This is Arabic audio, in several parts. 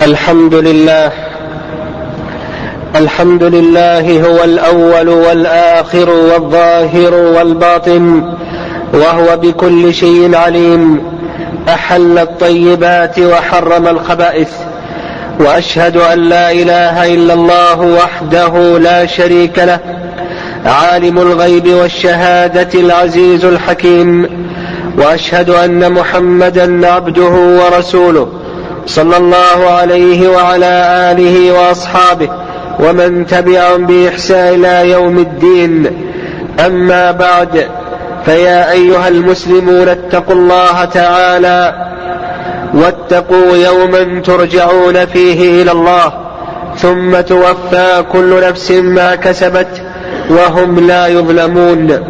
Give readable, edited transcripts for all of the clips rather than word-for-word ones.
الحمد لله هو الأول والآخر والظاهر والباطن، وهو بكل شيء عليم. أحل الطيبات وحرم الخبائث، وأشهد أن لا إله إلا الله وحده لا شريك له، عالم الغيب والشهادة العزيز الحكيم. وأشهد أن محمدا عبده ورسوله صلى الله عليه وعلى آله وأصحابه ومن تبعهم بإحسان إلى يوم الدين. أما بعد، فيا أيها المسلمون اتقوا الله تعالى، واتقوا يوما ترجعون فيه إلى الله، ثم توفى كل نفس ما كسبت وهم لا يظلمون.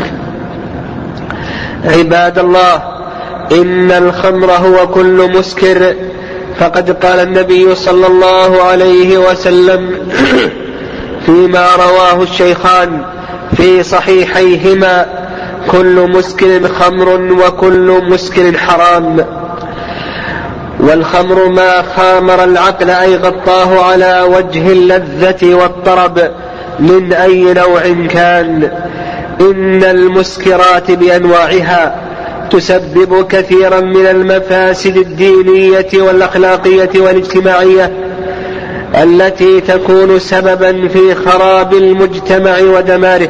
عباد الله، إن الخمر هو كل مسكر، فقد قال النبي صلى الله عليه وسلم فيما رواه الشيخان في صحيحيهما: كل مسكر خمر وكل مسكر حرام. والخمر ما خامر العقل أي غطاه على وجه اللذة والطرب من أي نوع كان. إن المسكرات بأنواعها تسبب كثيرا من المفاسد الدينية والأخلاقية والاجتماعية التي تكون سببا في خراب المجتمع ودماره.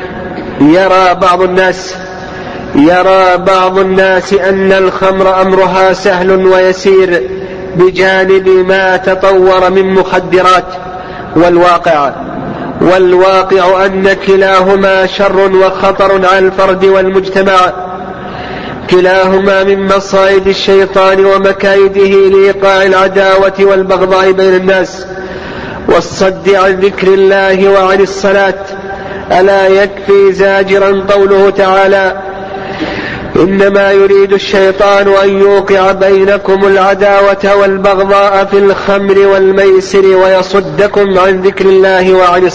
يرى بعض الناس أن الخمر أمرها سهل ويسير بجانب ما تطور من مخدرات، والواقع أن كلاهما شر وخطر على الفرد والمجتمع. كلاهما من مصائد الشيطان ومكايده لإيقاع العداوة والبغضاء بين الناس والصد عن ذكر الله وعن الصلاة. ألا يكفي زاجرا قوله تعالى: إنما يريد الشيطان أن يوقع بينكم العداوة والبغضاء في الخمر والميسر ويصدكم عن ذكر الله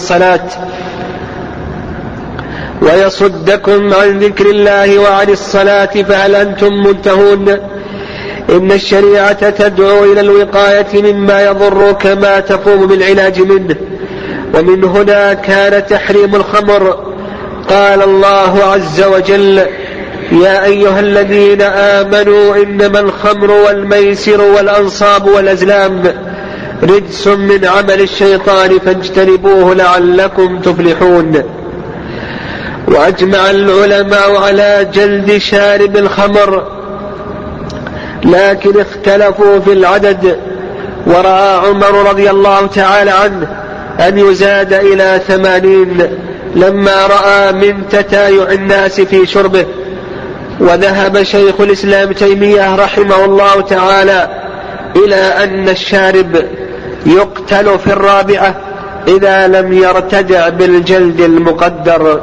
وعن الصلاة فهل أنتم منتهون؟ إن الشريعة تدعو إلى الوقاية مما يضر كما تقوم بالعلاج منه، ومن هنا كان تحريم الخمر. قال الله عز وجل: يا أيها الذين آمنوا إنما الخمر والميسر والأنصاب والأزلام رجس من عمل الشيطان فاجتنبوه لعلكم تفلحون. وأجمع العلماء على جلد شارب الخمر، لكن اختلفوا في العدد. ورأى عمر رضي الله تعالى عنه أن يزاد إلى 80 لما رأى من تتايع الناس في شربه. وذهب شيخ الإسلام تيمية رحمه الله تعالى إلى أن الشارب يقتل في 4 إذا لم يرتدع بالجلد المقدر،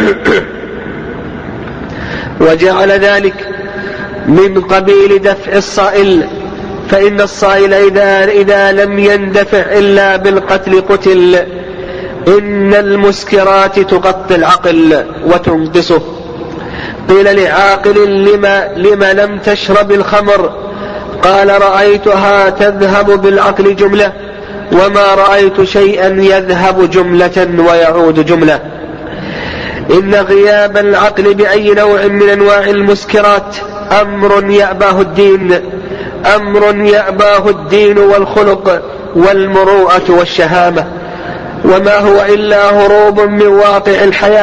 وجعل ذلك من قبيل دفع الصائل، فإن الصائل إذا لم يندفع إلا بالقتل قتل. إن المسكرات تغطي العقل وتنقصه. قيل لعاقل: لما لم تشرب الخمر؟ قال: رأيتها تذهب بالعقل جملة، وما رأيت شيئا يذهب جملة ويعود جملة. إن غياب العقل بأي نوع من أنواع المسكرات أمر يأباه الدين والخلق والمروءة والشهامة، وما هو إلا هروب من واقع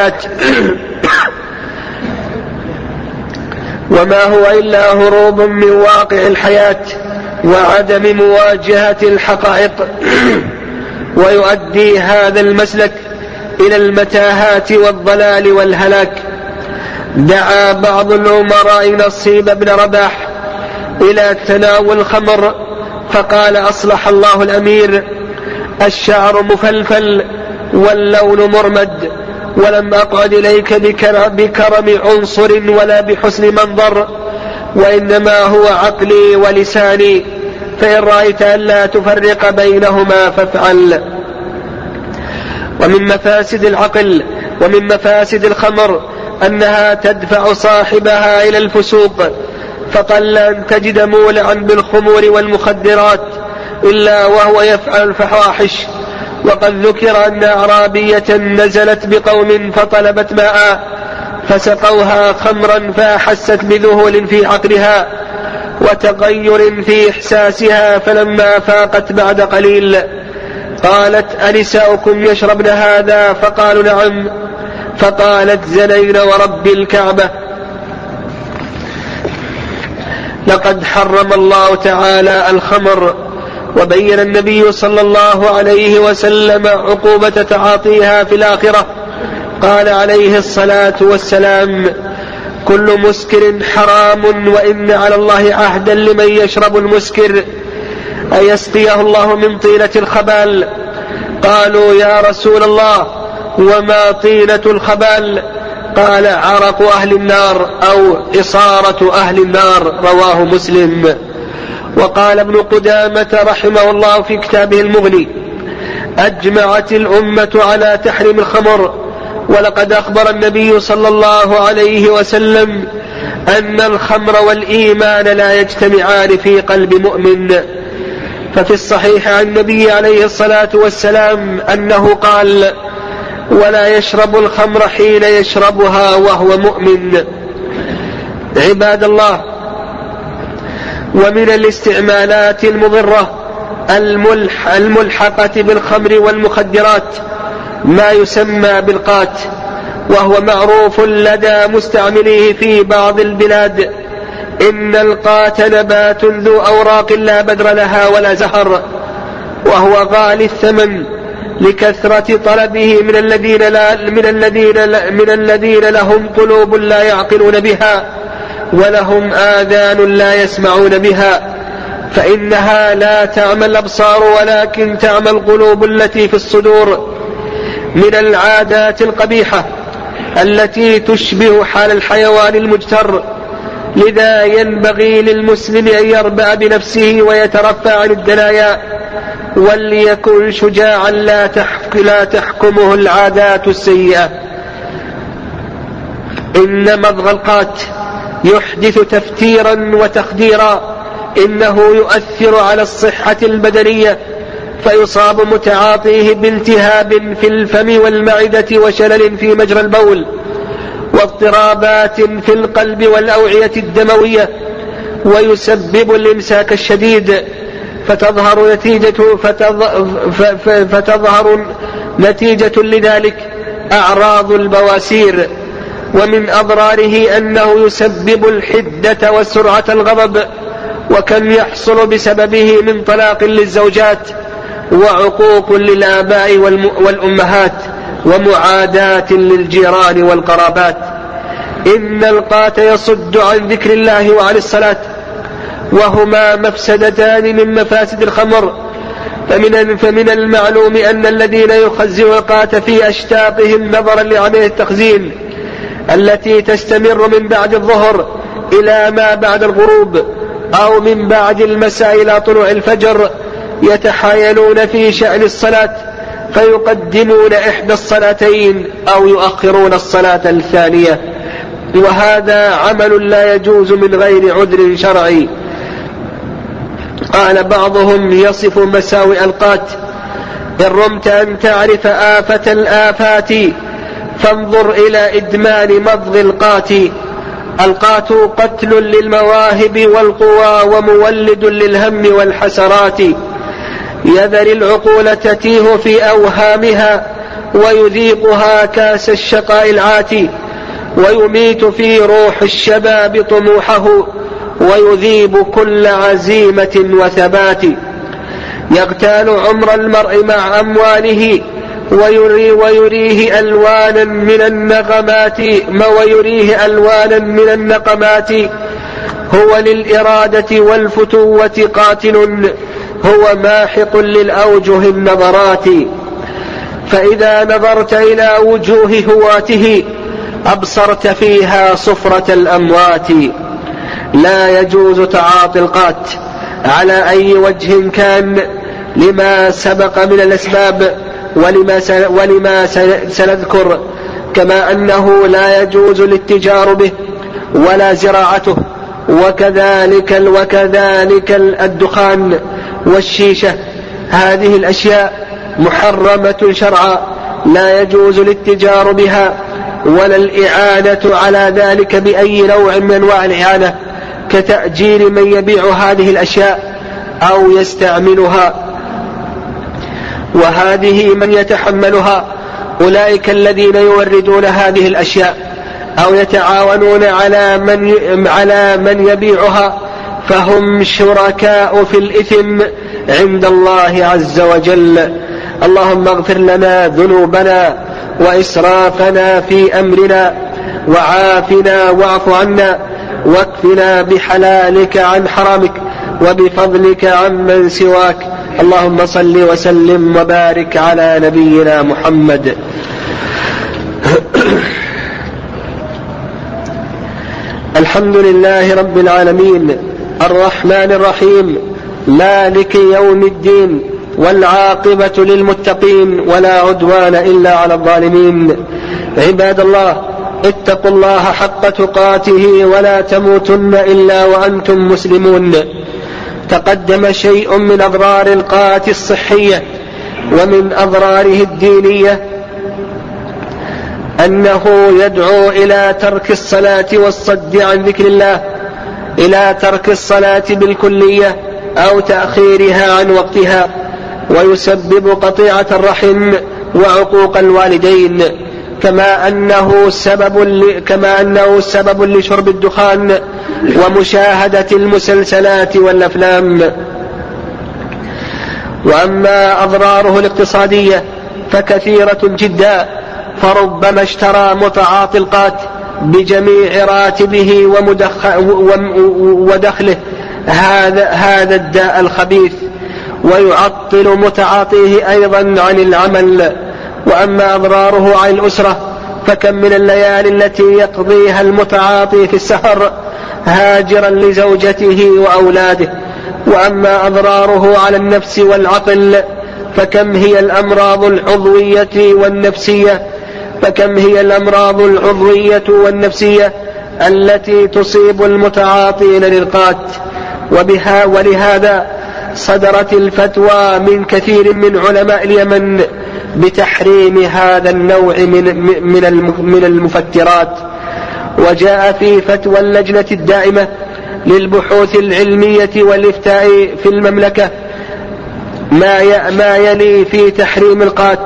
الحياة وعدم مواجهة الحقائق. ويؤدي هذا المسلك إلى المتاهات والضلال والهلاك. دعا بعض الأمراء نصيب بن رباح إلى تناول الخمر، فقال: أصلح الله الأمير، الشعر مفلفل واللون مرمد، ولم أقعد إليك بكرم عنصر ولا بحسن منظر، وإنما هو عقلي ولساني، فإن رأيت أن لا تفرق بينهما فافعل. ومن مفاسد العقل ومن مفاسد الخمر أنها تدفع صاحبها إلى الفسوق، فقل أن تجد مولعا بالخمور والمخدرات إلا وهو يفعل الفواحش. وقد ذكر أن أعرابية نزلت بقوم فطلبت ماء فسقوها خمرا فأحست بذهول في عقلها وتغير في إحساسها، فلما فاقت بعد قليل قالت: أنساؤكم يشربن هذا؟ فقالوا: نعم. فقالت: زنين ورب الكعبة. لقد حرم الله تعالى الخمر، وبين النبي صلى الله عليه وسلم عقوبة تعاطيها في الآخرة. قال عليه الصلاة والسلام: كل مسكر حرام، وإن على الله عهدا لمن يشرب المسكر أن يسقيه الله من طينة الخبال. قالوا: يا رسول الله، وما طينة الخبال؟ قال: عرق أهل النار أو إصارة أهل النار. رواه مسلم. وقال ابن قدامة رحمه الله في كتابه المغني: أجمعت الأمة على تحريم الخمر، ولقد أخبر النبي صلى الله عليه وسلم أن الخمر والإيمان لا يجتمعان في قلب مؤمن. ففي الصحيح عن النبي عليه الصلاة والسلام أنه قال: ولا يشرب الخمر حين يشربها وهو مؤمن. عباد الله، ومن الاستعمالات المضرة الملحقة بالخمر والمخدرات ما يسمى بالقات، وهو معروف لدى مستعمليه في بعض البلاد. إن القات نبات ذو أوراق لا بدر لها ولا زهر، وهو غالي الثمن لكثرة طلبه من الذين لهم قلوب لا يعقلون بها ولهم آذان لا يسمعون بها، فإنها لا تعمى الأبصار ولكن تعمى القلوب التي في الصدور من العادات القبيحة التي تشبه حال الحيوان المجتر. لذا ينبغي للمسلم أن يربأ بنفسه ويترفع عن الدنايا، وليكن شجاعا لا تحكمه العادات السيئة. إن مضغ القات يحدث تفتيرا وتخديرا، إنه يؤثر على الصحة البدنية، فيصاب متعاطيه بالتهاب في الفم والمعدة وشلل في مجرى البول واضطرابات في القلب والأوعية الدموية، ويسبب الإمساك الشديد، فتظهر نتيجة لذلك أعراض البواسير. ومن أضراره أنه يسبب الحدة وسرعة الغضب، وكم يحصل بسببه من طلاق للزوجات وعقوق للآباء والأمهات ومعاداة للجيران والقرابات. إن القات يصد عن ذكر الله وعن الصلاة، وهما مفسدتان من مفاسد الخمر. فمن المعلوم أن الذين يخزنون القات في أشتاقهم نظرا لعملية التخزين التي تستمر من بعد الظهر إلى ما بعد الغروب أو من بعد المساء إلى طلوع الفجر، يتحايلون في شأن الصلاة فيقدمون إحدى الصلاتين أو يؤخرون الصلاة الثانية، وهذا عمل لا يجوز من غير عذر شرعي. قال بعضهم يصف مساوئ القات: إن رمت أن تعرف آفة الآفات فانظر إلى إدمان مضغ القات. القات قتل للمواهب والقوى ومولد للهم والحسرات، يذر العقول تتيه في أوهامها ويذيقها كاس الشقاء العاتي، ويميت في روح الشباب طموحه ويذيب كل عزيمة وثبات، يغتال عمر المرء مع أمواله ويريه ألوانا من النقمات، هو للإرادة والفتوة قاتل، هو ماحق للأوجه النظرات. فإذا نظرت إلى وجوه هواته أبصرت فيها صفرة الأموات. لا يجوز تعاطي القات على أي وجه كان لما سبق من الأسباب ولما سنذكر، كما أنه لا يجوز الاتجار به ولا زراعته وكذلك الدخان والشيشة. هذه الأشياء محرمة شرعا لا يجوز الاتجار بها ولا الإعانة على ذلك بأي نوع من أنواع الإعانة، كتأجير من يبيع هذه الأشياء أو يستعملها. وهذه من يتحملها أولئك الذين يوردون هذه الأشياء أو يتعاونون على من يبيعها، فهم شركاء في الإثم عند الله عز وجل. اللهم اغفر لنا ذنوبنا وإسرافنا في أمرنا، وعافنا واعف عنا، واكفنا بحلالك عن حرامك، وبفضلك عمن سواك. اللهم صل وسلم وبارك على نبينا محمد. الحمد لله رب العالمين، الرحمن الرحيم، مالك يوم الدين، والعاقبة للمتقين، ولا عدوان إلا على الظالمين. عباد الله، اتقوا الله حق تقاته ولا تموتن إلا وأنتم مسلمون. تقدم شيء من أضرار القات الصحية ومن أضراره الدينية أنه يدعو إلى ترك الصلاة والصد عن ذكر الله، إلى ترك الصلاة بالكلية أو تأخيرها عن وقتها، ويسبب قطيعة الرحم وعقوق الوالدين، كما أنه سبب لشرب الدخان ومشاهدة المسلسلات والأفلام. وأما أضراره الاقتصادية فكثيرة جدا، فربما اشترى متعاطي القات بجميع راتبه ودخله هذا الداء الخبيث، ويعطل متعاطيه أيضا عن العمل. وأما أضراره عن الأسرة فكم من الليالي التي يقضيها المتعاطي في السهر هاجرا لزوجته وأولاده. وأما أضراره على النفس والعقل فكم هي الأمراض العضوية والنفسية التي تصيب المتعاطين للقات. ولهذا صدرت الفتوى من كثير من علماء اليمن بتحريم هذا النوع من المفترات. وجاء في فتوى اللجنة الدائمة للبحوث العلمية والإفتاء في المملكة ما يلي في تحريم القات،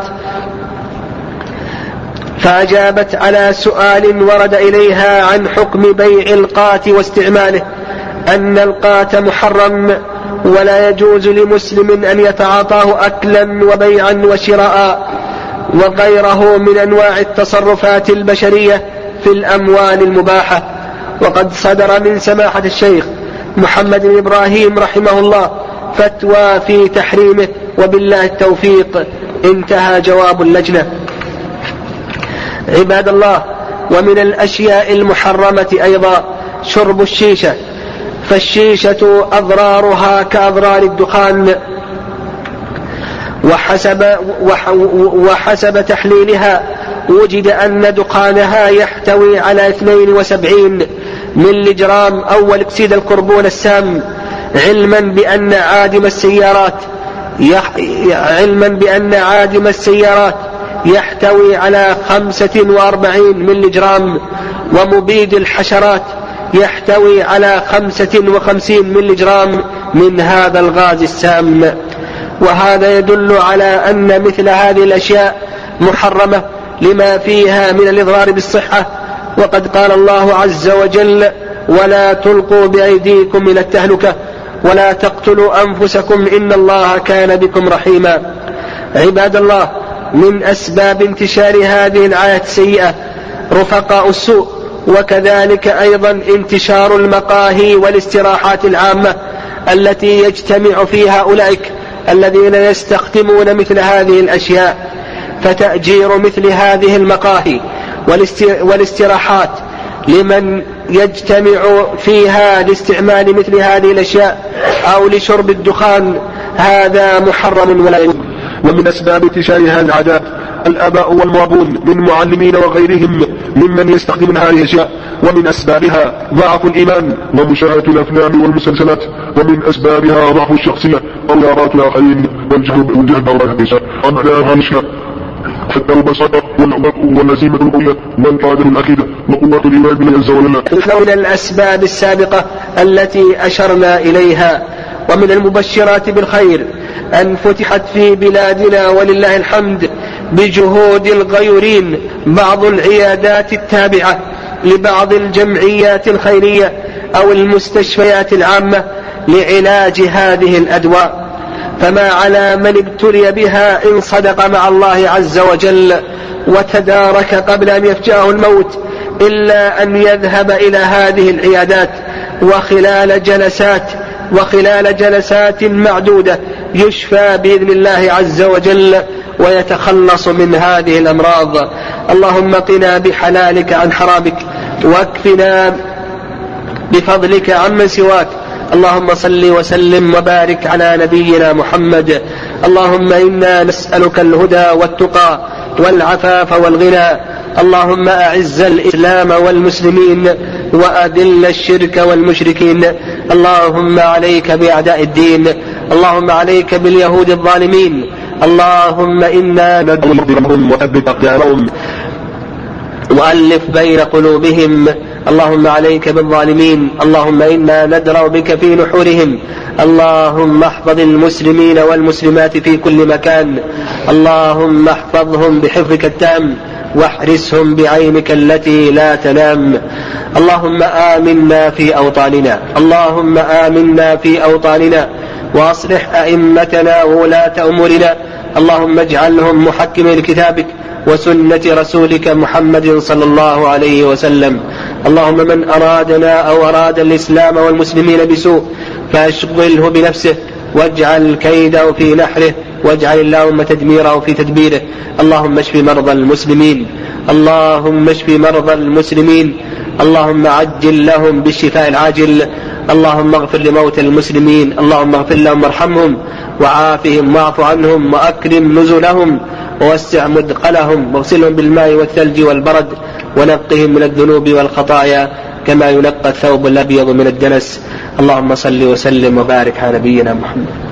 فأجابت على سؤال ورد إليها عن حكم بيع القات واستعماله أن القات محرم، ولا يجوز لمسلم أن يتعاطاه أكلا وبيعا وشراء وغيره من أنواع التصرفات البشرية في الأموال المباحة. وقد صدر من سماحة الشيخ محمد بن إبراهيم رحمه الله فتوى في تحريمه، وبالله التوفيق. انتهى جواب اللجنة. عباد الله، ومن الأشياء المحرمة أيضا شرب الشيشة، فالشيشة أضرارها كأضرار الدخان، وحسب تحليلها وجد أن دخانها يحتوي على 72 ملي جرام أول أكسيد الكربون السام، علما بأن عادم السيارات يحتوي على 45 ملي جرام، ومبيد الحشرات يحتوي على 55 ملي جرام من هذا الغاز السام. وهذا يدل على أن مثل هذه الأشياء محرمة لما فيها من الإضرار بالصحة. وقد قال الله عز وجل: ولا تلقوا بأيديكم إلى التهلكة ولا تقتلوا أنفسكم إن الله كان بكم رحيما. عباد الله، من أسباب انتشار هذه العادة السيئة رفقاء السوء، وكذلك أيضا انتشار المقاهي والاستراحات العامة التي يجتمع فيها أولئك الذين يستخدمون مثل هذه الأشياء. فتأجير مثل هذه المقاهي والاستراحات لمن يجتمع فيها لاستعمال مثل هذه الأشياء أو لشرب الدخان هذا محرم ولا يجوز. ومن أسباب انتشار هذه العادات الآباء والمربون من معلمين وغيرهم ممن يستخدمون هذه الأشياء ومن أسبابها ضعف الإيمان ومشاهدة الأفلام والمسلسلات، ومن أسبابها ضعف الشخصية ومراءة الآخرين والجهل بأوضاع النساء ومعناها مشكلة حتى البساطة والنزيمة القوية والقادر الأكيدة وقوة الإيمان بالله عز وجل. من الأسباب السابقة التي أشرنا إليها ومن المبشرات بالخير أن فتحت في بلادنا ولله الحمد بجهود الغيورين بعض العيادات التابعة لبعض الجمعيات الخيرية أو المستشفيات العامة لعلاج هذه الأدواء، فما على من ابتلي بها إن صدق مع الله عز وجل وتدارك قبل أن يفجأه الموت إلا أن يذهب إلى هذه العيادات وخلال جلسات معدودة يشفى بإذن الله عز وجل ويتخلص من هذه الأمراض. اللهم قنا بحلالك عن حرامك واكفنا بفضلك عمن سواك. اللهم صل وسلم وبارك على نبينا محمد. اللهم إنا نسألك الهدى والتقى والعفاف والغنى. اللهم أعز الإسلام والمسلمين وأذل الشرك والمشركين. اللهم عليك بأعداء الدين، اللهم عليك باليهود الظالمين. اللهم إنا ندعوهم وثبت أقدامهم وألف بين قلوبهم. اللهم عليك بالظالمين. اللهم إنا ندرأ بك في نحورهم. اللهم احفظ المسلمين والمسلمات في كل مكان. اللهم احفظهم بحفظك التام واحرسهم بعينك التي لا تنام. اللهم آمنا في أوطاننا، اللهم آمنا في أوطاننا وأصلح أئمتنا وولاة أمورنا. اللهم اجعلهم محكمين لكتابك وسنة رسولك محمد صلى الله عليه وسلم. اللهم من أرادنا أو أراد الإسلام والمسلمين بسوء فاشغله بنفسه واجعل كيده في نحره واجعل اللهم تدميره في تدبيره. اللهم اشف مرضى المسلمين، اللهم اشف مرضى المسلمين. اللهم عجل لهم بالشفاء العاجل. اللهم اغفر لموتى المسلمين، اللهم اغفر لهم وارحمهم وعافهم واعف عنهم وأكرم نزلهم ووسع مدخلهم واغسلهم بالماء والثلج والبرد ونقهم من الذنوب والخطايا كما ينقى الثوب الأبيض من الدنس. اللهم صل وسلم وبارك على نبينا محمد.